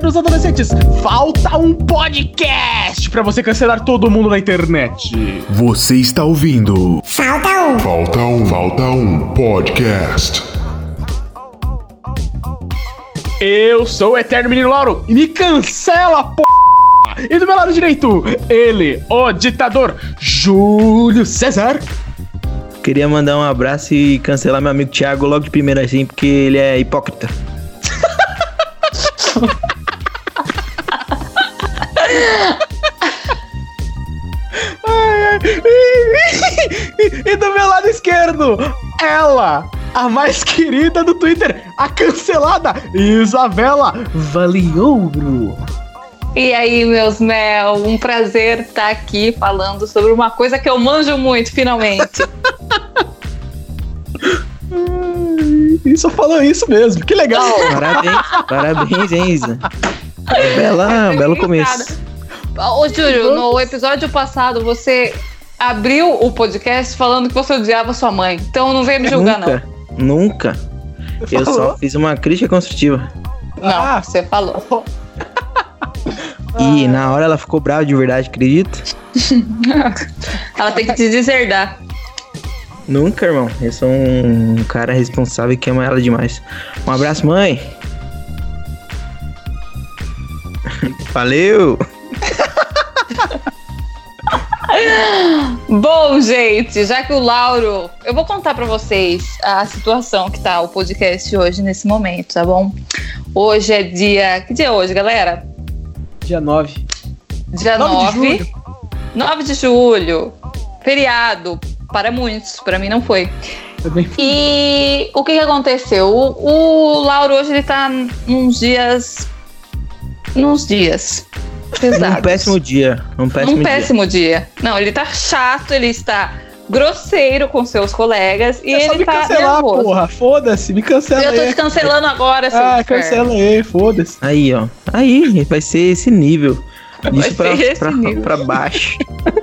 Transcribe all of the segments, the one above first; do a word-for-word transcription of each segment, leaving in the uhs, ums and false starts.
dos adolescentes, falta um podcast pra você cancelar todo mundo na internet. Você está ouvindo Falta um. Falta um, falta um podcast. Eu sou o Eterno Menino Lauro e me cancela, p***! E do meu lado direito, ele, o ditador Júlio César. Queria mandar um abraço e cancelar meu amigo Thiago logo de primeira assim, porque ele é hipócrita. ai, ai. E, e, e do meu lado esquerdo, ela, a mais querida do Twitter, a cancelada Isabela Valiouro. E aí, meus mel, um prazer estar aqui falando sobre uma coisa que eu manjo muito, finalmente. E só falou isso mesmo, que legal. Parabéns, parabéns, hein, Isa. Bela, é belo começo. Ô, Júlio, no episódio passado você abriu o podcast falando que você odiava sua mãe. Então não veio me julgar, nunca, não. Nunca. Eu falou? só fiz uma crítica construtiva. Não, Ah. você falou. E na hora ela ficou brava de verdade, acredita? Ela tem que te deserdar. Nunca, irmão. Eu sou um cara responsável que ama ela demais. Um abraço, mãe. Valeu. Bom, gente, já que o Lauro... Eu vou contar pra vocês a situação que tá o podcast hoje, nesse momento, tá bom? Hoje é dia... Que dia é hoje, galera? Dia nove. Dia nove. nove de julho. Feriado. Para muitos. Para mim não foi. Também. E o que, que aconteceu? O, o Lauro hoje ele tá uns dias... Nos dias pesados. Um péssimo dia. Um péssimo Um dia. péssimo dia. Não, ele tá chato, ele está grosseiro com seus colegas e É só ele me tá cancelar, nervoso. porra. Foda-se, me cancela Eu tô aí. te cancelando agora, seu Ah, inferno. cancela aí, foda-se. Aí, ó. Aí, vai ser esse nível. Vai Isso pra, ser esse pra, nível. pra baixo.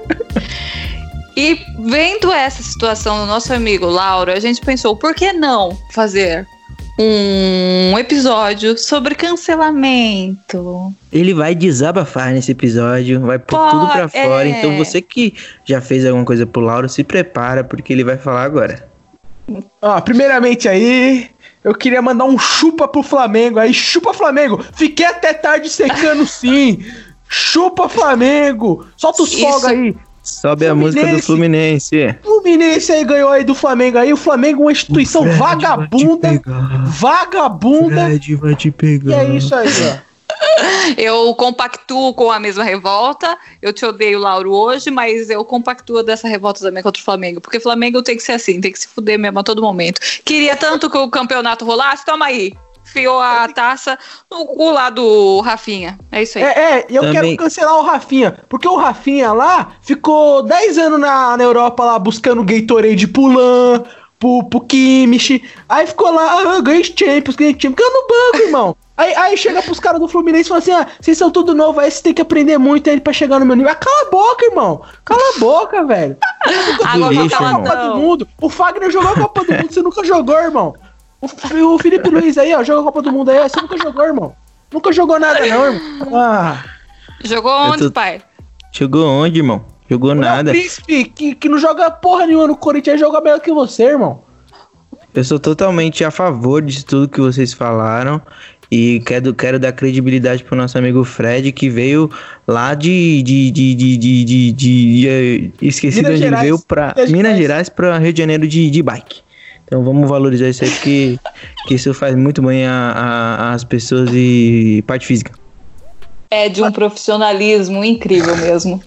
E vendo essa situação do nosso amigo Lauro, a gente pensou, por que não fazer um episódio sobre cancelamento? Ele vai desabafar nesse episódio, vai pôr Pô, tudo pra fora. é. Então você que já fez alguma coisa pro Lauro, se prepara, porque ele vai falar agora. Ó, primeiramente aí, eu queria mandar um chupa pro Flamengo aí. Chupa, Flamengo! Fiquei até tarde secando sim! Chupa, Flamengo! Solta os Isso. fogos aí! Sobe a música do Fluminense. Fluminense aí ganhou aí do Flamengo aí. O Flamengo é uma instituição vagabunda. Vagabunda. Fred vai te E pegar. é isso aí, ó. Eu compactuo com a mesma revolta. Eu te odeio, Lauro, hoje, mas eu compactuo dessa revolta também contra o Flamengo. Porque o Flamengo tem que ser assim, tem que se fuder mesmo a todo momento. Queria tanto que o campeonato rolasse, toma aí. Fiou a taça no cu lá do Rafinha. É isso aí. É, é, e eu Também. quero cancelar o Rafinha. Porque o Rafinha lá ficou dez anos na, na Europa lá buscando Gatorade pro Lan, pro, pro Kimmich. Aí ficou lá, ah, ganhei Champions, ganhei Champions. Ganhou no banco, irmão. Aí, aí chega pros caras do Fluminense e fala assim: ah, vocês são tudo novo, aí você tem que aprender muito aí pra chegar no meu nível. Ah, cala a boca, irmão. Cala a boca, velho. Agora lixo, tá Jogou a irmão. Copa do Mundo. O Fagner jogou a Copa do Mundo, você nunca jogou, irmão. O, F- o Felipe Luiz aí, ó, jogou a Copa do Mundo aí, ó, você nunca jogou, irmão. Nunca jogou nada, não, irmão. Ah. Jogou onde, tô- pai? Jogou onde, irmão? Jogou O nada. Príncipe, que, que não joga porra nenhuma no Corinthians, joga melhor que você, irmão. Eu sou totalmente a favor disso tudo que vocês falaram. E quero, quero dar credibilidade pro nosso amigo Fred, que veio lá de... de, de, de, de, de, de- de- esqueci Minas de onde ele Gerais. veio, pra Minas Minas Gerais. Gerais, pra Rio de Janeiro de, de bike. Então vamos valorizar isso aí, porque que isso faz muito bem a, a- as pessoas e parte física. É de um profissionalismo incrível mesmo.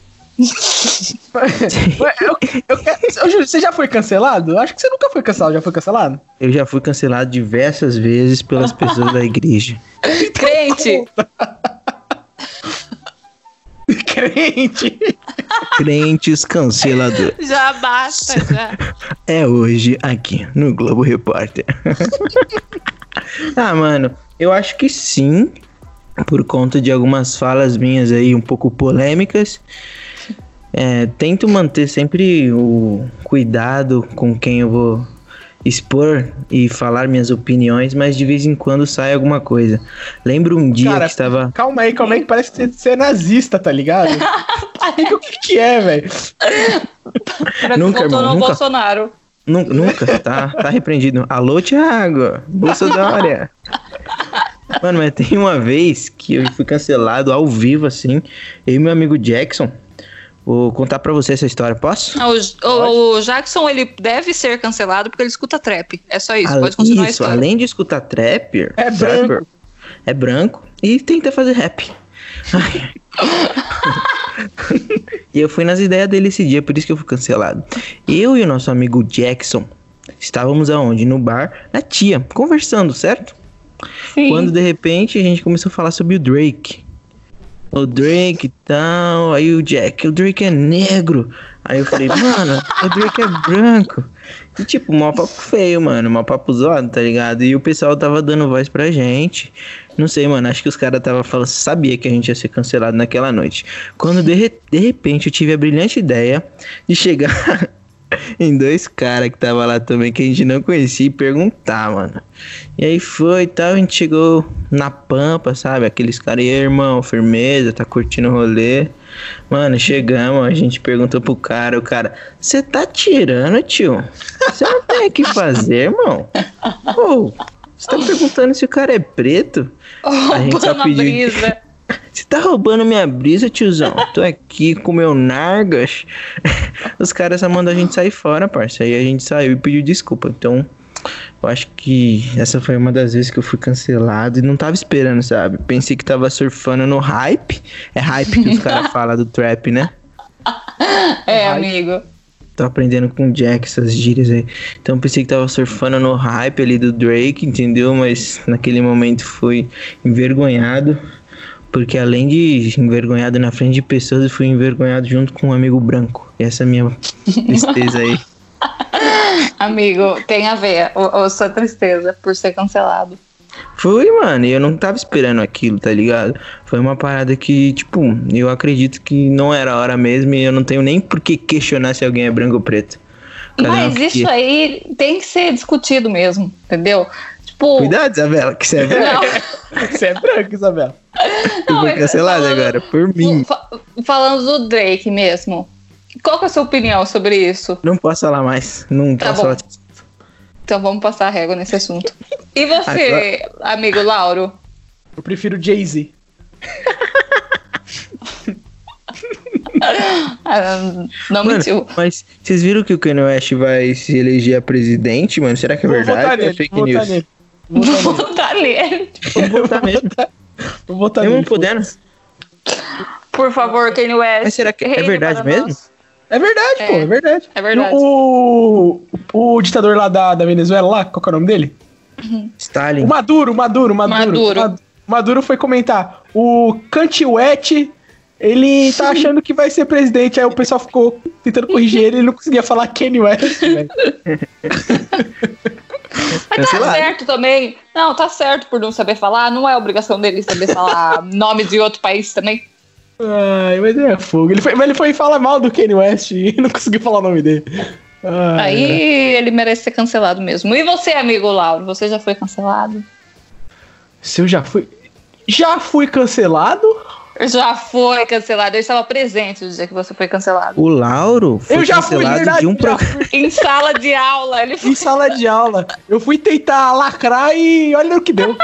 Ué, eu, eu quero, ô, Júlio, você já foi cancelado? Eu acho que você nunca foi cancelado, já foi cancelado? Eu já fui cancelado diversas vezes pelas pessoas da igreja. Crente! Crente. Crentes canceladores. Já basta, já. É hoje aqui no Globo Repórter. Ah, mano, eu acho que sim, por conta de algumas falas minhas aí um pouco polêmicas. É, tento manter sempre o cuidado com quem eu vou expor e falar minhas opiniões, mas de vez em quando sai alguma coisa. Lembro um dia Cara, que estava... Calma aí, calma aí, que parece que você é nazista, tá ligado? O que que é, velho? Nunca, Voltou irmão, no nunca. Bolsonaro. Nunca, nunca, tá, tá repreendido. Alô, Thiago, Bolsa Dória. Mano, mas tem uma vez que eu fui cancelado ao vivo, assim, eu e meu amigo Jackson. Vou contar pra você essa história, posso? O, o, o Jackson, ele deve ser cancelado porque ele escuta trap. É só isso, Ah, pode continuar a isso, história. além de escutar trapper, É trapper, branco. é branco e tenta fazer rap. E eu fui nas ideias dele esse dia, por isso que eu fui cancelado. Eu e o nosso amigo Jackson estávamos aonde? No bar da tia, conversando, certo? Sim. Quando de repente a gente começou a falar sobre o Drake. O Drake e tal, aí o Jack, o Drake é negro. Aí eu falei, mano, o Drake é branco. E tipo, mó papo feio, mano, mó papo zoado, tá ligado? E o pessoal tava dando voz pra gente. Não sei, mano, acho que os caras tava falando, sabia que a gente ia ser cancelado naquela noite. Quando de, re- de repente eu tive a brilhante ideia de chegar em dois caras que tava lá também, que a gente não conhecia, e perguntar, mano. E aí foi e tal, a gente chegou na pampa, sabe? Aqueles caras, e aí, irmão, firmeza, tá curtindo o rolê. Mano, chegamos, a gente perguntou pro cara, o cara, você tá tirando, tio? Você não tem o que fazer, irmão? Pô, você tá perguntando se o cara é preto? A gente só Roubando a pediu- brisa. Você tá roubando minha brisa, tiozão? Tô aqui com meu Nargas. Os caras só mandam a gente sair fora, parça. Aí a gente saiu e pediu desculpa. Então, eu acho que essa foi uma das vezes que eu fui cancelado e não tava esperando, sabe? Pensei que tava surfando no hype. É hype que os caras falam do trap, né? É, amigo. Tô aprendendo com o Jack essas gírias aí. Então pensei que tava surfando no hype ali do Drake, entendeu? Mas naquele momento fui envergonhado. Porque além de envergonhado na frente de pessoas, eu fui envergonhado junto com um amigo branco. E essa é a minha tristeza aí. Amigo, tem a ver a sua tristeza por ser cancelado. Foi, mano, e eu não tava esperando aquilo, tá ligado? Foi uma parada que, tipo, eu acredito que não era a hora mesmo e eu não tenho nem por que questionar se alguém é branco ou preto. Cada um Mas que- isso aí tem que ser discutido mesmo, entendeu? Tipo, Cuidado, Isabela, que você é branco. não, Você é branco, Isabela. Eu fui mas cancelado falando- agora, por mim. fa- falando do Drake mesmo, qual que é a sua opinião sobre isso? Não posso falar mais. Não Tá posso bom. falar. Então vamos passar a régua nesse assunto. E você, amigo Lauro? Eu prefiro Jay-Z. Ah, não Mano, mentiu. mas vocês viram que o Kanye West vai se eleger a presidente, mano? Será que é Vou verdade votar ou é nele, fake vou votar news? nele. Vou votar nele. Vou votar nele. Vamos votar mesmo. Vou votar Mesmo nele. não podendo. Por favor, Kanye West. Mas será que é reine verdade para mesmo? nós. É verdade, É, pô, é verdade. é verdade. O, o, o ditador lá da, da Venezuela, lá, qual que é o nome dele? Stalin. O Maduro, Maduro, Maduro. Maduro. Mad- Maduro foi comentar. O Kanye West, ele tá achando que vai ser presidente. Aí o pessoal ficou tentando corrigir ele, ele não conseguia falar Kanye West, velho. Mas tá Cancelado. certo também. Não, tá certo por não saber falar. Não é obrigação dele saber falar nome de outro país também. Ai, mas é fogo. Ele foi, mas ele foi falar mal do Kanye West e não conseguiu falar o nome dele. Ai, Aí ele merece ser cancelado mesmo. E você, amigo Lauro? Você já foi cancelado? Se eu já fui. Já fui cancelado? Já foi cancelado. Eu estava presente no dia que você foi cancelado. O Lauro foi Eu já fui, cancelado verdade, de um já programa. Em sala de aula. Ele foi... Em sala de aula. Eu fui tentar lacrar e olha o que deu.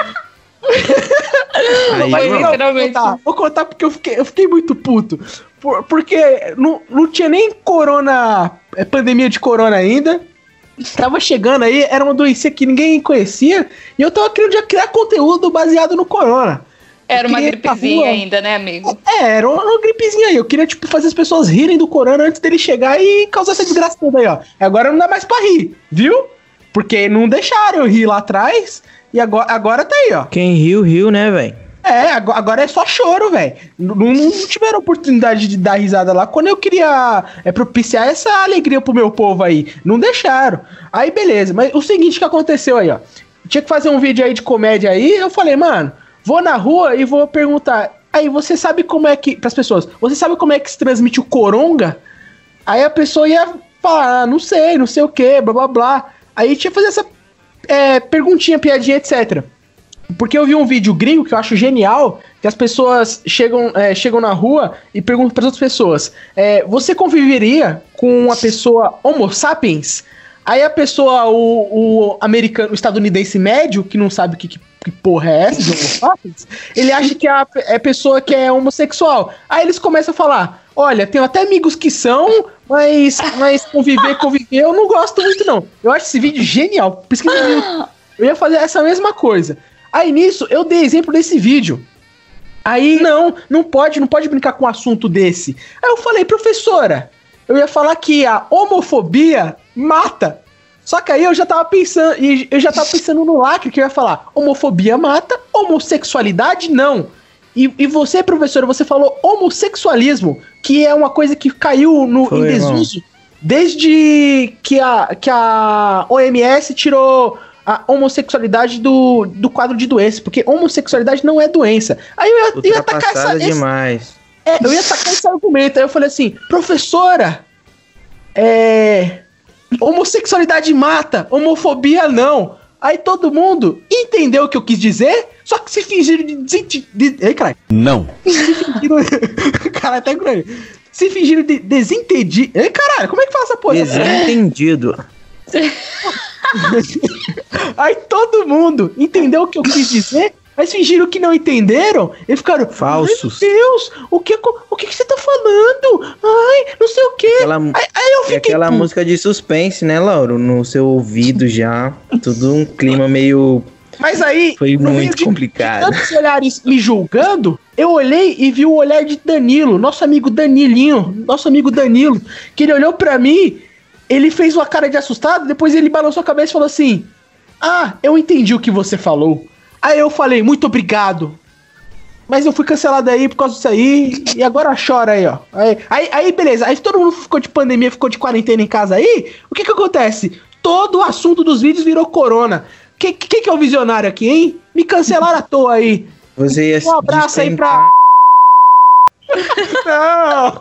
Aí, Foi irmão, Não, literalmente. Vou contar, vou contar porque eu fiquei, eu fiquei muito puto. Por- porque não, não tinha nem corona, é, pandemia de corona ainda. Tava chegando aí, era uma doença que ninguém conhecia. E eu tava querendo já criar conteúdo baseado no corona. Era uma Eu queria ir pra gripezinha rua. ainda, né, amigo? É, era uma, uma gripezinha aí. Eu queria, tipo, fazer as pessoas rirem do corona antes dele chegar e causar essa desgraça toda aí, ó. Agora não dá mais pra rir, viu? Porque não deixaram eu rir lá atrás. E agora, agora tá aí, ó. quem riu, riu, né, velho? É, agora, agora é só choro, velho. Não, não, não tiveram oportunidade de dar risada lá quando eu queria é, propiciar essa alegria pro meu povo aí. Não deixaram. Aí, beleza. Mas o seguinte que aconteceu aí, ó. Tinha que fazer um vídeo aí de comédia aí. Eu falei, mano, vou na rua e vou perguntar. Aí, você sabe como é que... Pras pessoas, você sabe como é que se transmite o coronga? Aí a pessoa ia falar, ah, não sei, não sei o que, blá, blá, blá. Aí tinha que fazer essa é, perguntinha, piadinha, etcétera. Porque eu vi um vídeo gringo que eu acho genial, que as pessoas chegam, é, chegam na rua e perguntam para as outras pessoas, é, você conviveria com uma pessoa homo sapiens? Aí a pessoa, o, o americano, o estadunidense médio, que não sabe o que, que, que porra é essa de homo sapiens, ele acha que é a, é a pessoa que é homossexual. Aí eles começam a falar, olha, tenho até amigos que são, mas, mas conviver, conviver, eu não gosto muito não. Eu acho esse vídeo genial, pesquisa no YouTube. Eu ia fazer essa mesma coisa. Aí nisso, eu dei exemplo desse vídeo. Aí, não, não pode, não pode brincar com um assunto desse. Aí eu falei, professora, eu ia falar que a homofobia mata. Só que aí eu já tava pensando, eu já tava pensando no lacre, que eu ia falar, homofobia mata, homossexualidade não. E, e você, professora, você falou homossexualismo, que é uma coisa que caiu no, Foi, em desuso irmão. Desde que a, que a O M S tirou a homossexualidade do, do quadro de doença, porque homossexualidade não é doença. Aí eu ia, ia atacar essa, demais. Esse, é, eu ia atacar esse argumento. Aí eu falei assim, professora, é, homossexualidade mata, homofobia não. Aí todo mundo entendeu o que eu quis dizer, só que se fingiram de desentender. De, ei, caralho. Não. Se fingiram. Caralho, tá grande. Se fingiram de desentendi. Ei, caralho, como é que faz essa porra? Desentendido. Aí todo mundo entendeu o que eu quis dizer, mas fingiram que não entenderam e ficaram falsos. Meu Deus, o que, o que, que você tá falando? Ai, não sei o que. Aquela, aí, aí eu fiquei, aquela puto. Música de suspense, né, Lauro? No seu ouvido já, tudo um clima meio. Mas aí, foi muito de, complicado. De tantos olhares me julgando, eu olhei e vi o olhar de Danilo, nosso amigo Danilinho, nosso amigo Danilo, que ele olhou pra mim. Ele fez uma cara de assustado, depois ele balançou a cabeça e falou assim, ah, eu entendi o que você falou. Aí eu falei, muito obrigado. Mas eu fui cancelado aí por causa disso aí, e agora chora aí, ó. Aí, aí, aí beleza, aí todo mundo ficou de pandemia, ficou de quarentena em casa aí, o que que acontece? Todo o assunto dos vídeos virou corona. Quem que, que é o visionário aqui, hein? Me cancelaram à toa aí. Você ia um abraço aí pra... Não!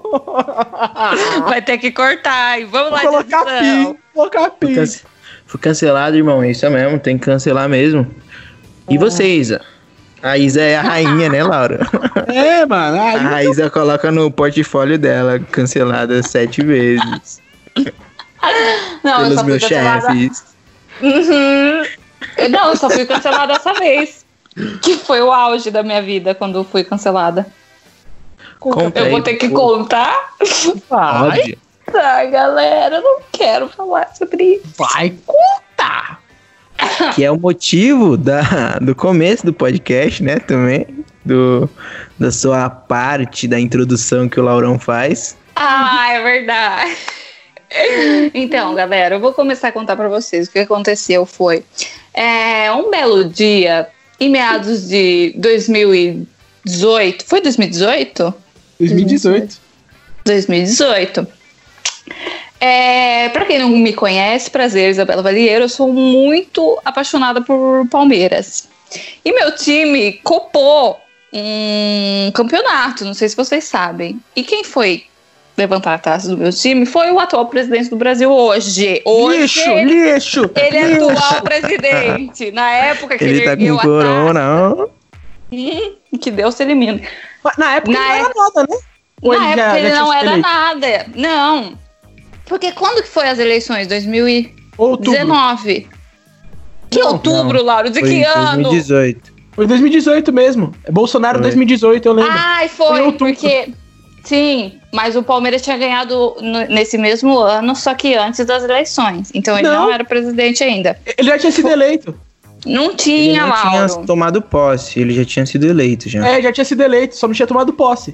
Vai ter que cortar e vamos lá. Vou colocar pi, colocar pi. Fui cancelado, irmão, isso é mesmo, tem que cancelar mesmo. E ah. você, Isa? A Isa é a rainha, né, Laura? É, mano. A, a Isa coloca no portfólio dela, cancelada sete vezes. Não, pelos eu só meus fui cancelada... chefes. Uhum. Não, eu só fui cancelada dessa vez. Que foi o auge da minha vida quando fui cancelada. Conta eu aí, vou ter que pô. contar? Vai. Tá, galera, eu não quero falar sobre isso. Vai contar. Que é o motivo da, do começo do podcast, né, também. Do, da sua parte da introdução que o Laurão faz. Ah, é verdade. Então, galera, eu vou começar a contar pra vocês. O que aconteceu foi... É, um belo dia, em meados de dois mil e dezoito... Foi dois mil e dezoito? dois mil e dezoito. dois mil e dezoito. É, pra quem não me conhece, prazer, Isabela Valieiro, eu sou muito apaixonada por Palmeiras. E meu time copou um campeonato, não sei se vocês sabem. E quem foi levantar a taça do meu time foi o atual presidente do Brasil hoje. hoje lixo, ele, lixo! Ele é lixo. atual presidente. Na época que ele, ele tá ergueu com a corona, taça. Hum, que Deus se elimine. Mas na época Na não era época- nada, né? Ou Na época já- ele já não tinha era eleito? nada. Não. Porque quando que foi as eleições? dois mil e Outubro. dezenove. Que Não, outubro, não. Lauro? De Foi que em ano? dois mil e dezoito. Foi dois mil e dezoito mesmo. É Bolsonaro Foi. dois mil e dezoito, eu lembro. Ai, Foi foi, em outubro. porque... Sim, mas o Palmeiras tinha ganhado no- nesse mesmo ano, só que antes das eleições. Então ele não, Não. era presidente ainda. Ele já tinha sido eleito. Não Ele tinha, não Lauro. tinha tomado posse, ele já tinha sido eleito já. É, já tinha sido eleito, só não tinha tomado posse.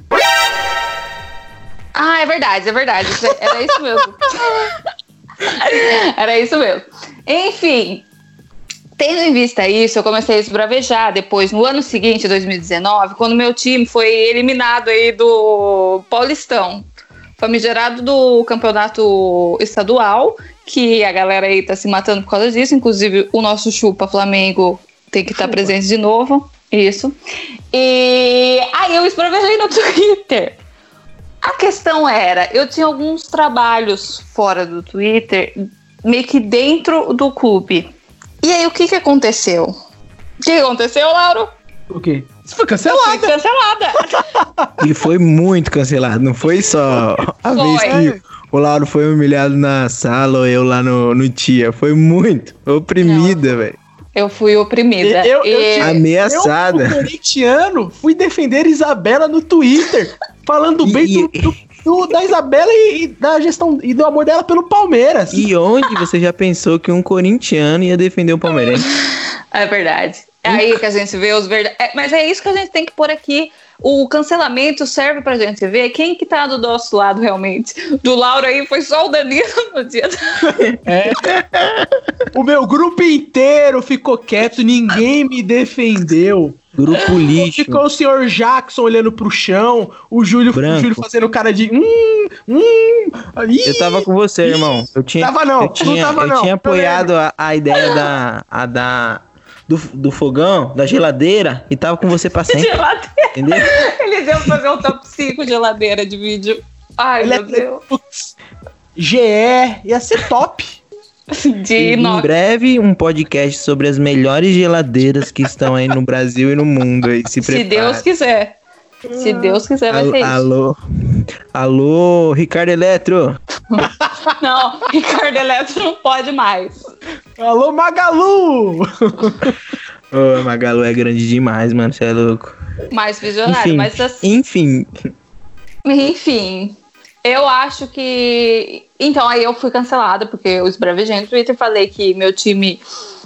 Ah, é verdade, é verdade. Isso é- Era isso mesmo. Era isso mesmo. Enfim, tendo em vista isso, eu comecei a esbravejar depois, no ano seguinte, dois mil e dezenove, quando meu time foi eliminado aí do Paulistão, famigerado do campeonato estadual, que a galera aí tá se matando por causa disso, inclusive o nosso chupa Flamengo tem que estar presente de novo, isso. E aí eu esbravejei no Twitter. A questão era, eu tinha alguns trabalhos fora do Twitter meio que dentro do clube. E aí, o que que aconteceu? O que aconteceu, Lauro? O quê? Isso foi cancelado. Foi cancelada. E foi muito cancelado, não foi só a Foi. vez que o Lauro foi humilhado na sala ou eu lá no, no Tia. Foi muito oprimida, velho. Eu fui oprimida. Eu, eu, E- eu, Ameaçada. eu, como corintiano, fui defender Isabela no Twitter, falando bem E- do, do- do- da Isabela e, e da gestão e do amor dela pelo Palmeiras. E onde você já pensou que um corintiano ia defender o Palmeirense? É verdade. É aí que a gente vê os verdadeiros. É, mas é isso que a gente tem que pôr aqui. O cancelamento serve pra gente ver quem que tá do nosso lado realmente. Do Lauro aí foi só o Danilo no dia da... É. O meu grupo inteiro ficou quieto, ninguém me defendeu. Grupo lixo. Ficou o senhor Jackson olhando pro chão, o Júlio, o Branco. Júlio fazendo cara de hum, hum. Ih, Eu tava com você, irmão. Eu tinha, Tava não, eu tinha, não tava eu não. tinha Eu apoiado a, a ideia da, a da do, do fogão, da geladeira, e tava com você pra sempre, geladeira. entendeu? Eles iam fazer um top cinco geladeira de vídeo. Ai, Ele é- meu Deus. Putz, G E, ia ser top. De E em inox. breve, um podcast sobre as melhores geladeiras que estão aí no Brasil e no mundo. Aí. Se, Se prepare. Deus quiser. Se Deus quiser, vai Alô, ser isso. alô, alô, Ricardo Eletro. Não, Ricardo Eletro não pode mais. Alô, Magalu! Ô, Magalu é grande demais, mano, você é louco. Mais visionário, Enfim, mas assim. enfim, Enfim, eu acho que... Então, aí eu fui cancelada, porque eu esbravejei no Twitter, falei que meu time,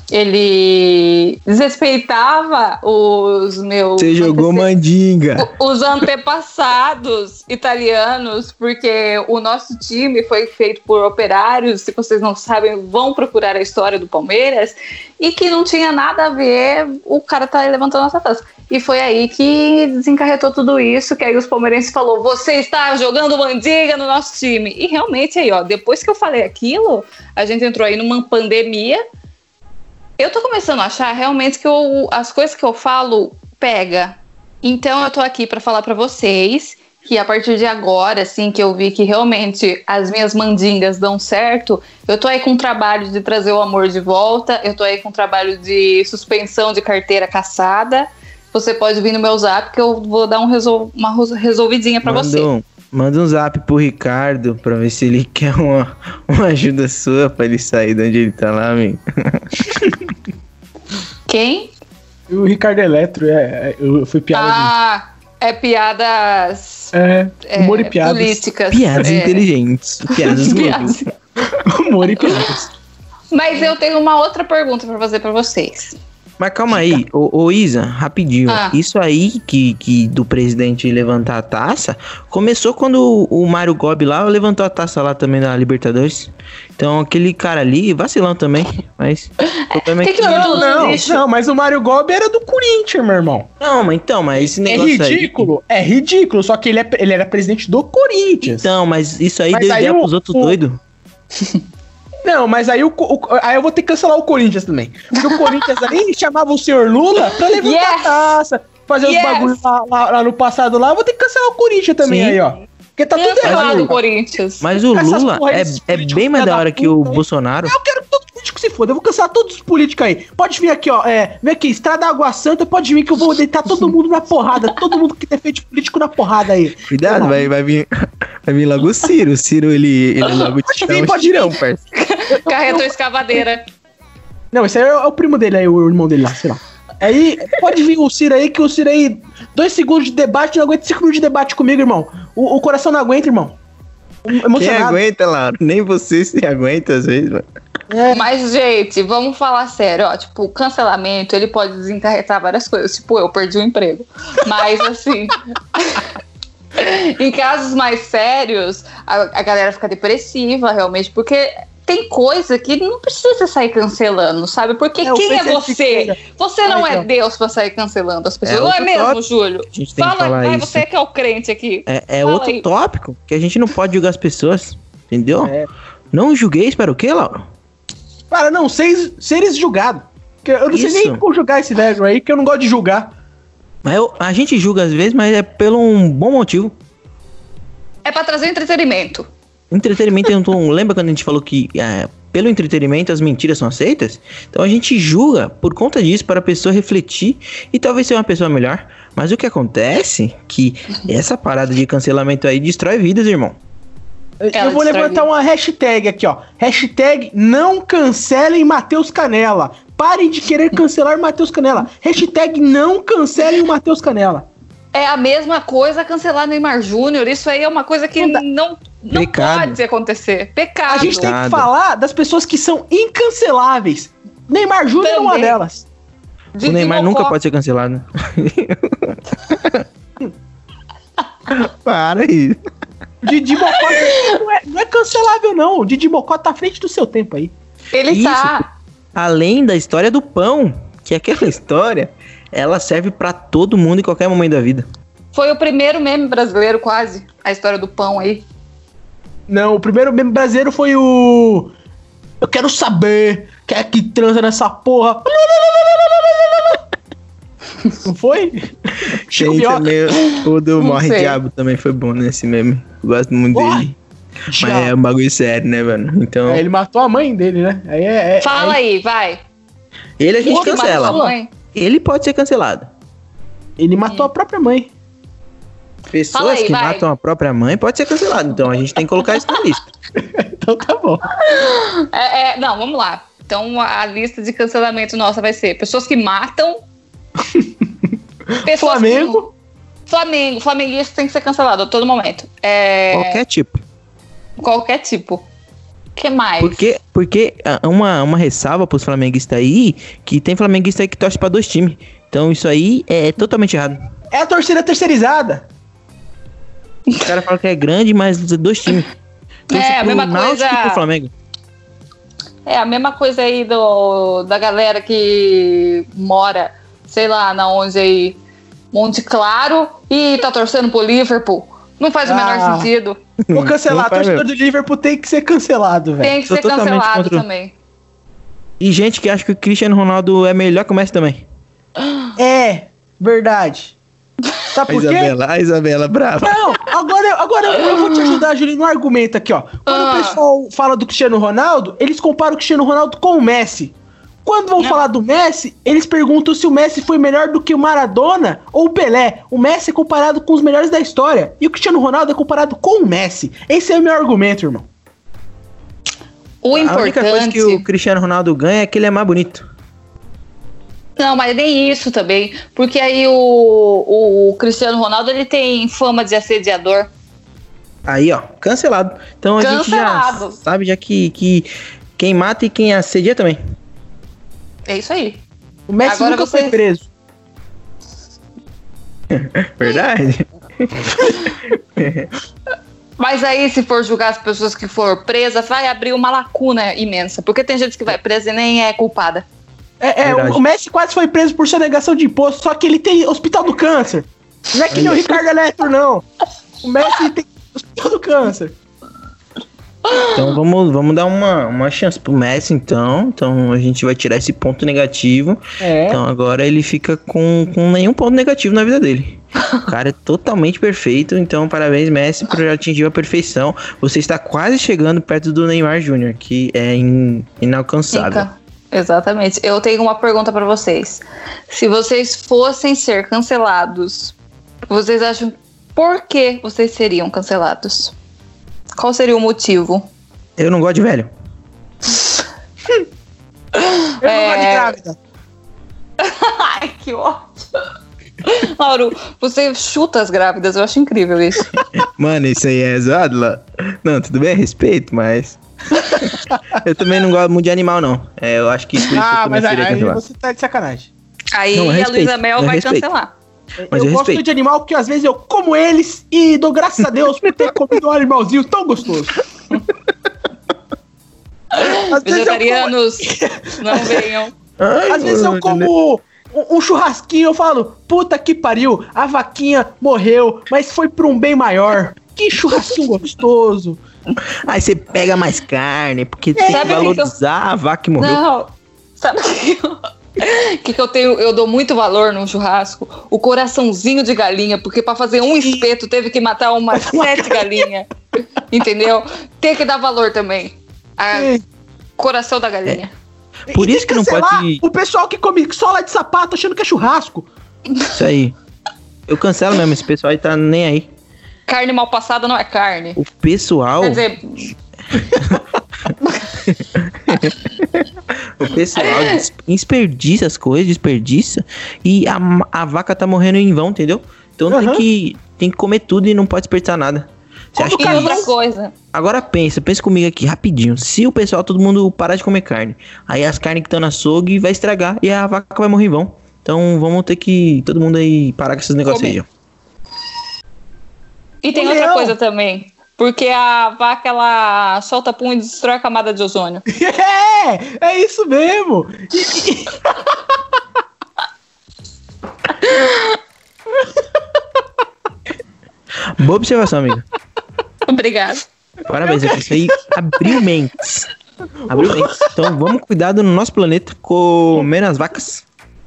ele desrespeitava os meus... você jogou antece- mandinga. Os antepassados italianos, porque o nosso time foi feito por operários, se vocês não sabem, vão procurar a história do Palmeiras, e que não tinha nada a ver, o cara tá levantando essa taça. E foi aí que desencarretou tudo isso, que aí os palmeirenses falou, você está jogando mandinga no nosso time. E realmente aí, ó, depois que eu falei aquilo, a gente entrou aí numa pandemia. Eu tô começando a achar realmente que eu, as coisas que eu falo pega. Então eu tô aqui pra falar pra vocês que a partir de agora, assim, que eu vi que realmente as minhas mandingas dão certo, eu tô aí com um trabalho de trazer o amor de volta, eu tô aí com um trabalho de suspensão de carteira cassada. Você pode vir no meu zap que eu vou dar um resol- uma resolvidinha pra Manda você. um, manda um zap pro Ricardo pra ver se ele quer uma, uma ajuda sua pra ele sair de onde ele tá lá, amigo. Quem? E o Ricardo Eletro, é, é, eu fui piada Ah, é piadas de... É, é, humor e piadas. políticas. Piadas É. inteligentes. Piadas Piadas. loucas. Humor e piadas. Mas eu tenho uma outra pergunta pra fazer pra vocês. Mas calma aí, ô, ô Isa, rapidinho. Ah. Isso aí que, que do presidente levantar a taça, começou quando o, o Mário Gobi lá levantou a taça lá também da Libertadores. Então aquele cara ali, vacilão também, mas o problema é Que que... que eu- Não, não, Lixo. não, mas o Mário Gobi era do Corinthians, meu irmão. Não, mas então, mas esse É negócio aí... ridículo, é ridículo, só que ele, é, ele era presidente do Corinthians. Então, mas isso aí Mas deu aí ideia o- pros outros o- doidos. Não, mas aí, o, o- aí eu vou ter que cancelar o Corinthians também. Porque o Corinthians aí chamava o senhor Lula pra levantar Yes! a taça, fazer Yes! os bagulhos lá, lá- lá no passado lá. Eu vou ter que cancelar o Corinthians também Sim. aí, ó. Porque tá tudo Cancelado errado. do Corinthians. Mas o Essas Lula porra, é, esses é políticos bem mais filha da da hora que o puta, hein? Bolsonaro. Eu quero que todo político se foda. Eu vou cancelar todos os políticos aí. Pode vir aqui, ó. É, vem aqui, Estrada Água Santa, pode vir que eu vou deitar todo mundo na porrada. Todo mundo que defende político na porrada aí. Cuidado, vai, vai, vir, vai vir logo o Ciro. O Ciro, ele, ele logo te dá vir, um pode tirão, vir. parça. Carretou escavadeira. Não, esse aí é o primo dele aí, o irmão dele lá, sei lá. Aí, pode vir o Ciro aí, que o Ciro aí, dois segundos de debate, não aguenta cinco minutos de debate comigo, irmão. O, o coração não aguenta, irmão. Quem Emocionado. aguenta, Lauro? Nem você se aguenta às vezes, mano. É. Mas, gente, vamos falar sério, ó. Tipo, o cancelamento, ele pode desencarretar várias coisas. Tipo, eu perdi o emprego. Mas, assim... em casos mais sérios, a, a galera fica depressiva, realmente, porque... Tem coisa que não precisa sair cancelando, sabe? Porque É, o quem é presidente você? fica- Você não Ai, é então. Deus pra sair cancelando as pessoas. É não é outro mesmo, tópico. Júlio? A gente tem Fala, que falar vai, isso. você que é o crente aqui. É, é Fala outro aí. tópico que a gente não pode julgar as pessoas, entendeu? É. Não julgueis para o quê, Lauro? Para não seres, seres julgados. Porque eu não sei Isso. nem como julgar esse velho aí, que eu não gosto de julgar. Mas eu- a gente julga às vezes, mas é pelo um bom motivo. É pra trazer entretenimento. Entretenimento, eu não lembra quando a gente falou que é, pelo entretenimento as mentiras são aceitas, então a gente julga por conta disso para a pessoa refletir e talvez ser uma pessoa melhor. Mas o que acontece é que essa parada de cancelamento aí destrói vidas, irmão. Eu vou levantar uma hashtag aqui, ó. Hashtag não cancelem Matheus Canela. Parem de querer cancelar Matheus Canela. Hashtag não cancelem o Matheus Canela. É a mesma coisa cancelar Neymar Júnior. Isso aí é uma coisa que não, não, não pode acontecer. Pecado. A gente tem que falar das pessoas que são incanceláveis. Neymar Júnior é uma delas. O Neymar nunca pode ser cancelado. Para aí. Didi Mocó não é, não é cancelável, não. O Didi Mocó tá à frente do seu tempo aí. Ele Isso. tá. Além da história do pão, que aquela história, ela serve pra todo mundo em qualquer momento da vida. Foi o primeiro meme brasileiro, quase, a história do pão aí. Não, o primeiro meme brasileiro foi o... Eu quero saber quem é que transa nessa porra. Não foi? Tem também o do Morre Diabo também foi bom nesse meme. Eu gosto muito Morre. dele. Diabo. Mas é um bagulho sério, né, mano? Então... É, ele matou a mãe dele, né? Aí é, é, Fala aí... aí, vai. Ele a gente ele cancela. Ele pode ser cancelado. Ele matou hum. a própria mãe. Pessoas aí, que vai. matam a própria mãe pode ser cancelado. Então a gente tem que colocar isso na lista. Então tá bom. É, é, não, vamos lá. Então a lista de cancelamento nossa vai ser pessoas que matam. pessoas Flamengo. Que... Flamengo. Flamenguista tem que ser cancelado a todo momento. É... Qualquer tipo. Qualquer tipo. O que mais? Porque, porque uma, uma ressalva pros flamenguistas aí, que tem flamenguista aí que torce pra dois times. Então isso aí é totalmente errado. É a torcida terceirizada. O cara fala que é grande, mas dois times. Torce é a mesma coisa. E pro Flamengo. É a mesma coisa aí do, da galera que mora, sei lá, na onde aí, Monte Claro, e tá torcendo pro Liverpool. Não faz ah. o menor sentido. Vou cancelar. O torcedor do Liverpool tem que ser cancelado, velho. Tem que Tô ser cancelado contra... também. E gente que acha que o Cristiano Ronaldo é melhor que o Messi também. É, verdade. Sabe por quê? A Isabela, a Isabela, brava. Não, agora, agora eu vou te ajudar, Julinho, no argumento aqui, ó. Quando ah. o pessoal fala do Cristiano Ronaldo, eles comparam o Cristiano Ronaldo com o Messi. Quando vão Não. falar do Messi, eles perguntam se o Messi foi melhor do que o Maradona ou o Pelé. O Messi é comparado com os melhores da história. E o Cristiano Ronaldo é comparado com o Messi. Esse é o meu argumento, irmão. O importante... A única coisa que o Cristiano Ronaldo ganha é que ele é mais bonito. Não, mas nem isso também. Porque aí o, o, o Cristiano Ronaldo, ele tem fama de assediador. Aí, ó, cancelado. Então a cancelado. gente já sabe já que, que quem mata e quem assedia também. É isso aí. O Messi Agora nunca você... foi preso. Verdade. Mas aí, se for julgar as pessoas que foram presas, vai abrir uma lacuna imensa. Porque tem gente que vai presa e nem é culpada. É, é o Messi quase foi preso por sonegação de imposto, só que ele tem Hospital do Câncer. Não é que nem o Ricardo Eletro, não. O Messi tem Hospital do Câncer. Então vamos, vamos dar uma, uma chance pro Messi, então. Então a gente vai tirar esse ponto negativo. É. Então agora ele fica com, com nenhum ponto negativo na vida dele. O cara é totalmente perfeito. Então parabéns, Messi, por atingir a perfeição. Você está quase chegando perto do Neymar Júnior, que é in, inalcançável. Fica. Exatamente. Eu tenho uma pergunta pra vocês. Se vocês fossem ser cancelados, vocês acham por que vocês seriam cancelados? Qual seria o motivo? Eu não gosto de velho. Eu é... não gosto de grávida. Ai, que ótimo. Lauro, você chuta as grávidas, eu acho incrível isso. Mano, isso aí é zoado lá. Não, tudo bem, respeito, mas... eu também não gosto muito de animal, não. É, eu acho que por isso ah, eu mas aí, aí você tá de sacanagem. Aí não, a Luísa Mel vai respeito. cancelar. Mas eu, eu gosto respeito. de animal porque às vezes eu como eles e dou graças a Deus por ter comido um animalzinho tão gostoso. Vegetarianos, como... não venham. Ai, às vezes eu como um, um churrasquinho, eu falo, puta que pariu, a vaquinha morreu, mas foi pra um bem maior. Que churrasquinho gostoso. Aí você pega mais carne, porque é, tem que valorizar que eu... a vaca que morreu. Não, sabe o que eu... que, que eu tenho? Eu dou muito valor num churrasco. O coraçãozinho de galinha, porque pra fazer um espeto teve que matar umas sete galinhas. Entendeu? Tem que dar valor também. A... Coração da galinha. É. Por E isso que tem não cancelar pode... o pessoal que come sola de sapato achando que é churrasco. Isso aí. Eu cancelo mesmo, esse pessoal aí tá nem aí. Carne mal passada não é carne. O pessoal... Quer dizer, O pessoal des- desperdiça as coisas, desperdiça. E a, a vaca tá morrendo em vão, entendeu? Então tem, Aham. que, tem que comer tudo e não pode desperdiçar nada. Você acha Como que e Carlos- outra coisa. Agora pensa, pensa comigo aqui, rapidinho. Se o pessoal, todo mundo parar de comer carne, aí as carnes que estão na açougue vai estragar e a vaca vai morrer em vão. Então vamos ter que, todo mundo aí, parar com esses negócios aí, ó. E tem O outra leão. coisa também. Porque a vaca, ela solta pum e destrói a camada de ozônio. É, é isso mesmo. E- e- Boa observação, amigo. Obrigado. Parabéns, isso aí abriu mentes. Abriu mentes. Então vamos cuidar do nosso planeta comendo as vacas.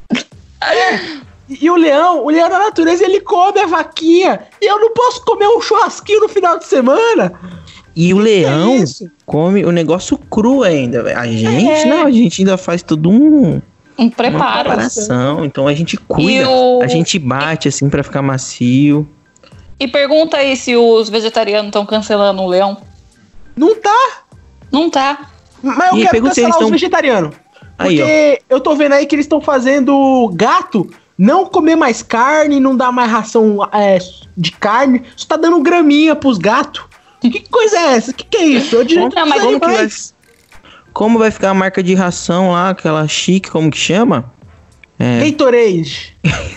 E o leão, o leão da natureza, ele come a vaquinha. E eu não posso comer um churrasquinho no final de semana. E o leão Que isso? come o negócio cru ainda, velho. A gente É. não, a gente ainda faz todo um... Um Uma preparo. preparação, então a gente cuida, E o- a gente bate assim pra ficar macio. E pergunta aí se os vegetarianos estão cancelando o leão. Não tá. Não tá. Mas eu E quero pergunta se cancelar eles os tão- vegetarianos. Aí, Porque eu tô vendo aí que eles estão fazendo gato não comer mais carne, não dar mais ração é, de carne, só tá dando graminha pros gatos. Que coisa é essa? Que que é isso? Eu direito Não, dos mas como, que vai, animais. como vai ficar a marca de ração lá, aquela chique, como que chama? É, Gatorade.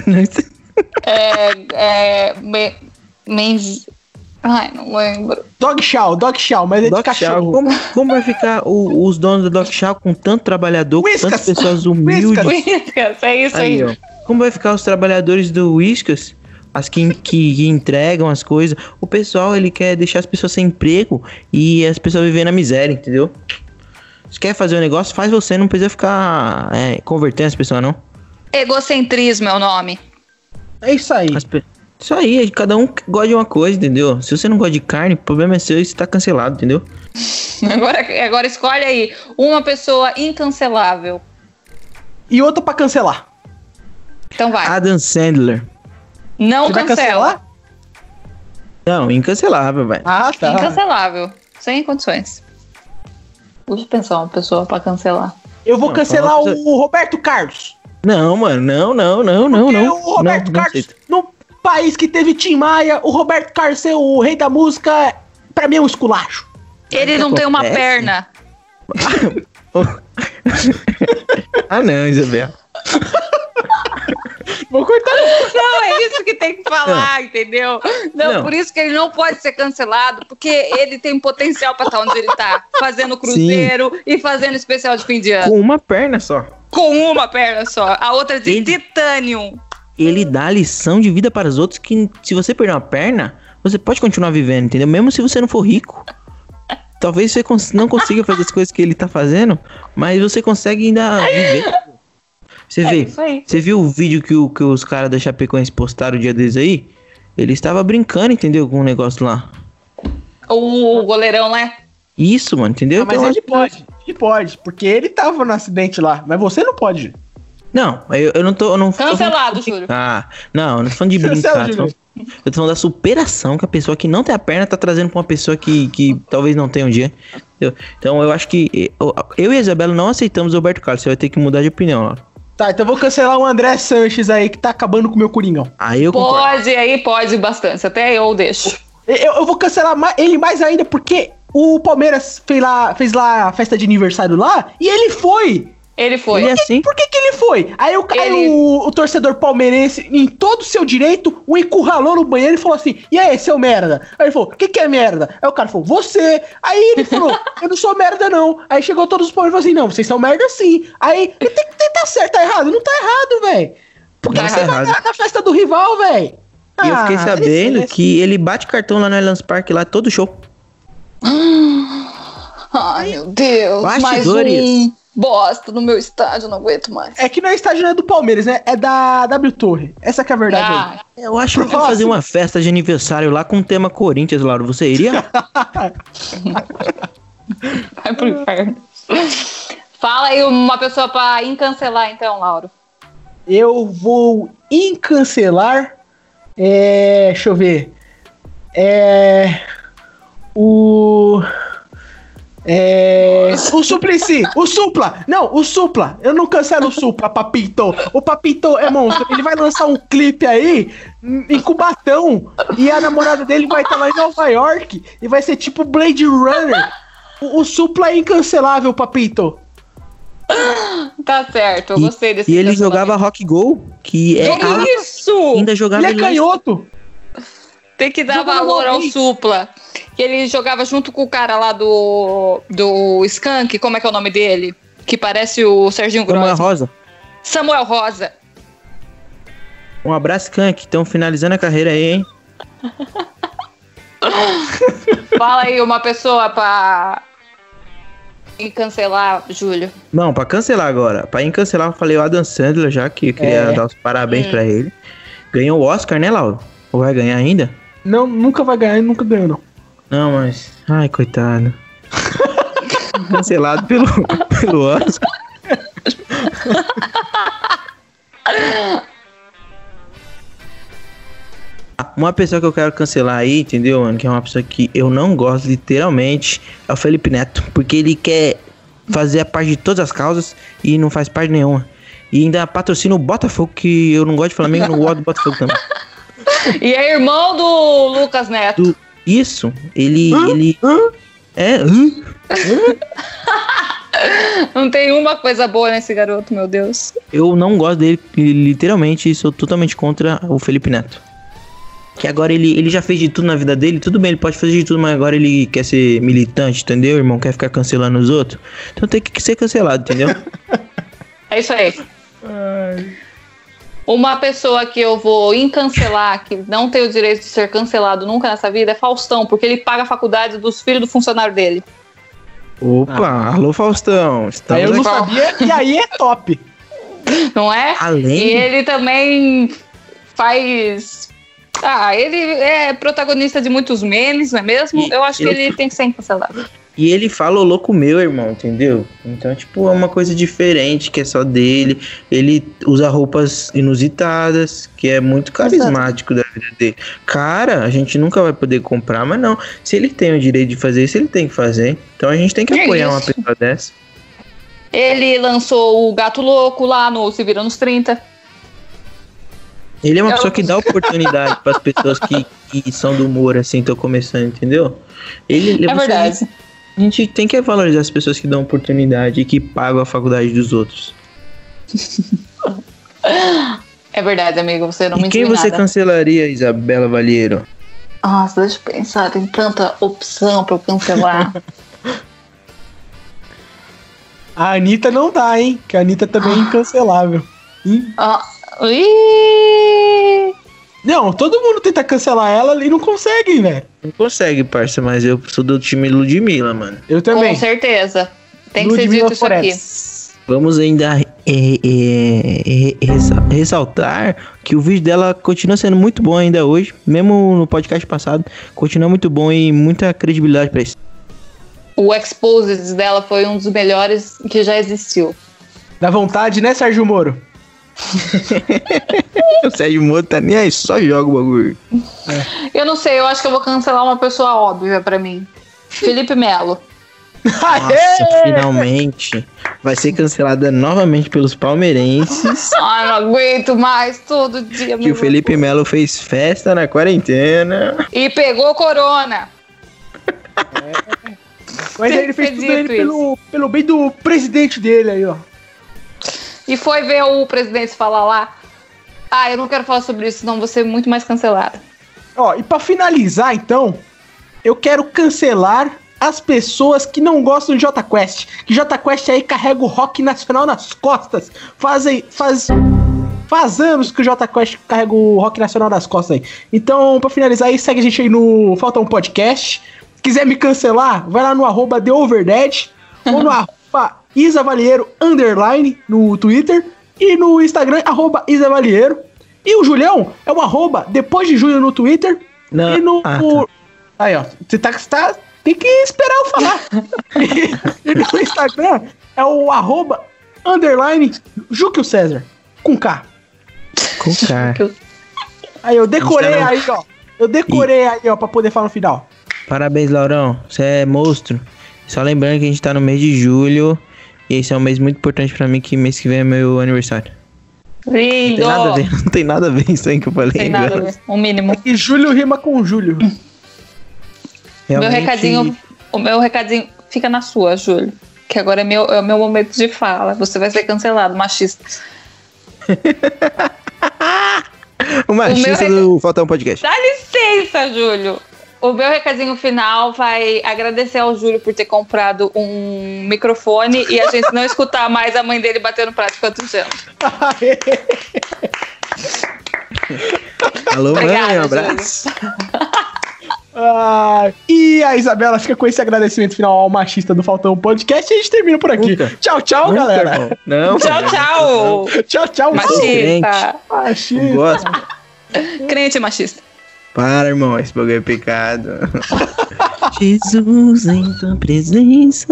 É. é me, mens... Ai, não lembro. Dog Chow, Dog Chow, mas é de Dog Chow. cachorro. Como, como vai ficar o- os donos da Dog Chow com tanto trabalhador, com Whiskas. tantas pessoas humildes? Whiskas, é isso aí. Aí, ó. Como vai ficar os trabalhadores do Whiskas? As que, que, que entregam as coisas. O pessoal, ele quer deixar as pessoas sem emprego e as pessoas vivendo na miséria, entendeu? Se quer fazer um negócio, faz você, não precisa ficar é, convertendo as pessoas, não. Egocentrismo é o nome. É isso aí. As pe- Isso aí, cada um gosta de uma coisa, entendeu? Se você não gosta de carne, o problema é seu e você tá cancelado, entendeu? Agora, agora escolhe aí uma pessoa incancelável. E outra pra cancelar. Então vai. Adam Sandler. Não Você vai cancela. cancelar? Não, incancelável, velho. Ah, tá. Incancelável. Sem condições. Deixa eu pensar uma pessoa pra cancelar. Eu vou Não, cancelar fala pra você- o Roberto Carlos. Não, mano, não, não, não, não, Porque não. o Roberto não, não Carlos, aceito. no país que teve Tim Maia, o Roberto Carlos ser o rei da música, pra mim é um esculacho. Ele que não tem uma acontece? perna. Ah, não, Isabel. Vou cortar. Não, é isso que tem que falar, entendeu? Não, Não. por isso que ele não pode ser cancelado, porque ele tem potencial pra estar onde ele tá, fazendo cruzeiro e fazendo especial de fim de ano. Com uma perna só. Com uma perna só. A outra é de Ele- titânio. Ele dá lição de vida para os outros que se você perder uma perna, você pode continuar vivendo, entendeu? Mesmo se você não for rico. Talvez você cons- não consiga fazer as coisas que ele tá fazendo, mas você consegue ainda viver. Você É vê, isso aí. você viu o vídeo que, o, que os caras da Chapecoense postaram o dia deles aí? Ele estava brincando, entendeu? Com um negócio lá. O goleirão, né? Isso, mano, entendeu? Ah, mas Então, ele pode, ele pode, porque ele tava no acidente lá, mas você não pode. Não, eu, eu não tô. Eu não tô Cancelado, falando de Júlio. brincar. Não, eu não tô falando de Cancela, brincar. Eu tô, Júlio. eu tô falando da superação que a pessoa que não tem a perna tá trazendo pra uma pessoa que, que talvez não tenha um dia. Entendeu? Então eu acho que eu, eu e a Isabela não aceitamos o Roberto Carlos. Você vai ter que mudar de opinião, Laura. Tá, então eu vou cancelar o André Sanches aí, que tá acabando com o meu Coringão. Aí eu concordo. Pode, aí pode bastante. Até eu deixo. Eu, eu vou cancelar ma- ele mais ainda, porque o Palmeiras fez lá, fez lá a festa de aniversário lá, e ele foi. Ele foi. Ele é assim. Por que que ele foi? Aí, o, aí Ele- o, o torcedor palmeirense, em todo o seu direito, o encurralou no banheiro e falou assim, e aí, seu merda? Aí ele falou, o que que é merda? Aí o cara falou, você. Aí ele falou, eu não sou merda não. Aí chegou todos os palmeirenses e falou assim, não, vocês são merda sim. Aí, ele tem que tentar certo, tá errado? Não tá errado, velho. Por que Não que tá você vai errado. na, na festa do rival, velho? E eu fiquei Ah, sabendo esse- que ele bate cartão lá no Allianz Parque, lá todo show. Ai, meu Deus. Mais Bastidores. um bosta no meu estádio, não aguento mais. É que não é estádio não é do Palmeiras, né? É da W Torre. Essa que é a verdade aí. Ah, Eu acho que eu vou Próximo. fazer uma festa de aniversário lá com o tema Corinthians, Laura. Você iria? vai pro inferno. Fala aí uma pessoa pra encancelar, então, Lauro. Eu vou encancelar. É, deixa eu ver. É. O. É. O Suplicy! O Supla! Não, o Supla! Eu não cancelo o Supla, Papito! O Papito é monstro. Ele vai lançar um clipe aí em Cubatão e a namorada dele vai estar lá em Nova York e vai ser tipo Blade Runner. O, o Supla é incancelável, Papito. Tá certo, eu E, gostei desse e ele cancelamento. jogava Rock Go, que é. Que isso? Ainda jogava Ele é canhoto! Tem que dar Jogava valor ao bem. Supla. Que ele jogava junto com o cara lá do, do Skank, como é que é o nome dele? Que parece o Serginho Samuel Grosso. Rosa. Samuel Rosa. Um abraço, Kank. Estão finalizando a carreira aí, hein? Fala aí uma pessoa pra cancelar, Júlio. Não, pra cancelar agora. Pra cancelar, eu falei o Adam Sandler já, que eu queria É. dar os parabéns Hum. pra ele. Ganhou o Oscar, né, Lauro? Ou vai ganhar ainda? Não, nunca vai ganhar, ele nunca ganhou, não. Não, mas... Ai, coitado. Cancelado pelo, pelo Oscar. Uma pessoa que eu quero cancelar aí, entendeu, mano? Que é uma pessoa que eu não gosto, literalmente, é o Felipe Neto. Porque ele quer fazer a parte de todas as causas e não faz parte nenhuma. E ainda patrocina o Botafogo, que eu não gosto de Flamengo e não gosto do Botafogo também. E é irmão do Lucas Neto. Do- Isso, ele... Hã? ele Hã? É, hã? Não tem uma coisa boa nesse garoto, meu Deus. Eu não gosto dele, literalmente, e sou totalmente contra o Felipe Neto. Que agora ele, ele já fez de tudo na vida dele, tudo bem, ele pode fazer de tudo, mas agora ele quer ser militante, entendeu, irmão? Quer ficar cancelando os outros. Então tem que ser cancelado, entendeu? É isso aí. Uma pessoa que eu vou encancelar, que não tem o direito de ser cancelado nunca nessa vida, é Faustão, porque ele paga a faculdade dos filhos do funcionário dele. Opa, alô Faustão, Aí estamos eu não aqui. sabia, e aí é top. Não é? Além- E ele também faz. Ah, ele é protagonista de muitos memes, não é mesmo? E Eu acho que ele- ele tem que ser cancelado. E ele fala o louco meu, irmão, entendeu? Então, tipo, é uma coisa diferente, que é só dele. Ele usa roupas inusitadas, que é muito carismático da vida dele. Cara, a gente nunca vai poder comprar, mas não. Se ele tem o direito de fazer isso, ele tem que fazer. Então a gente tem que Que apoiar uma isso? pessoa dessa. Ele lançou o Gato Louco lá no Se Vira nos trinta. Ele é uma Eu- pessoa que dá oportunidade para as pessoas que, que são do humor, assim, estão começando, entendeu? Ele, É verdade. A gente tem que valorizar as pessoas que dão oportunidade e que pagam a faculdade dos outros. É verdade, amigo. Você não E me quem diz você nada. cancelaria, Isabela Valheiro? Nossa, deixa eu pensar. Tem tanta opção pra eu cancelar. A Anitta não dá, hein? Que a Anitta também é incancelável. Ih. Ah, ih, Não, todo mundo tenta cancelar ela e não consegue, velho. Não consegue, parça, mas eu sou do time Ludmilla, mano. Eu também. com certeza. Tem que ser Ludmilla dito isso forever. aqui. Vamos ainda é, é, é, ressa- ressaltar que o vídeo dela continua sendo muito bom ainda hoje, mesmo no podcast passado, continua muito bom e muita credibilidade pra isso. O Exposed dela foi um dos melhores que já existiu. Dá vontade, né, Sérgio Moro? O Sérgio Moro tá nem aí, só joga o bagulho. Eu não sei, eu acho que eu vou cancelar uma pessoa óbvia pra mim. Felipe Melo. Nossa, finalmente vai ser cancelada novamente pelos palmeirenses. Ai, não aguento mais todo dia. Que meu o Felipe Melo fez festa na quarentena. E pegou corona. Mas Tem ele fez que tudo ser ele dito pelo, pelo bem do presidente dele aí, ó. E foi ver o presidente falar lá. Ah, eu não quero falar sobre isso, senão vou ser muito mais cancelada. Ó, e pra finalizar, então, eu quero cancelar as pessoas que não gostam de Jota Quest. Que Jota Quest aí carrega o rock nacional nas costas. Fazem, faz, faz anos que o Jota Quest carrega o rock nacional nas costas aí. Então, pra finalizar aí, segue a gente aí no Falta um Podcast. Se quiser me cancelar, vai lá no arroba The Overdead ou no arroba Isa Valheiro underline no Twitter e no Instagram, arroba Isa Valheiro. E o Julião é o arroba depois de junho no Twitter Não. e no. Ah, tá. Aí, ó. Você tá, você tá Tem que esperar eu falar. E o Instagram é o arroba underline Júquio César. Com K. Com K. Aí eu decorei aí, ó. Eu decorei e... aí, ó, pra poder falar no final. Parabéns, Laurão. Você é monstro. Só lembrando que a gente tá no mês de julho. E esse é um mês muito importante pra mim, que mês que vem é meu aniversário. Lindo! Não tem nada a ver, não tem nada a ver isso aí que eu falei. Tem nada a ver, o mínimo. É que julho rima com Júlio. Realmente... Meu recadinho, o meu recadinho fica na sua, Júlio. Que agora é, meu, é o meu momento de fala. Você vai ser cancelado, machista. O machista o meu... do Falta um Podcast. Dá licença, Júlio. O meu recadinho final vai agradecer ao Júlio por ter comprado um microfone e a gente não escutar mais a mãe dele batendo prato enquanto janta. Alô, Obrigada, mãe, um abraço. Ah, e a Isabela fica com esse agradecimento final ao machista do Faltão Podcast e a gente termina por aqui. Nunca. Tchau, tchau, Nunca, galera. irmão. Não, Tchau, mano, tchau. não. Tchau, tchau. Machista. Machista. Não gosto. Crente machista. Para, irmão, esse bagulho é pecado. Jesus em tua presença.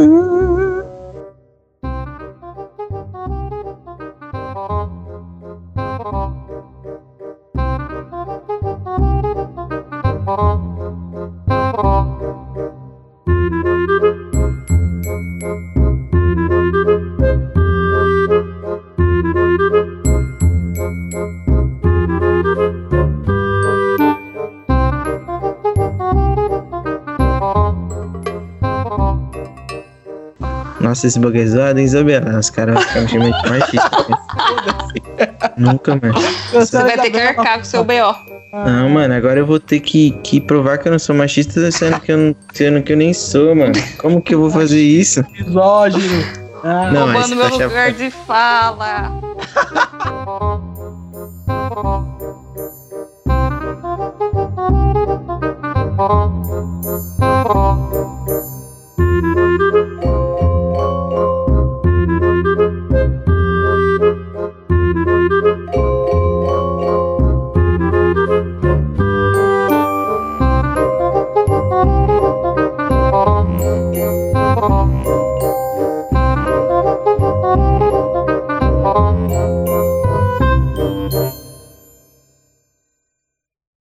Nossa, esse bagulho é zoado, hein, Isabela? Os caras vão ficar me chamando de machista. Nunca mais. Você vai ter que arcar com o seu B O. Não, mano, agora eu vou ter que, que provar que eu não sou machista, sendo que eu, não, sendo que eu nem sou, mano. Como que eu vou fazer isso? Misógino. Ah, Não, roubando esse meu tá lugar chapado. de fala.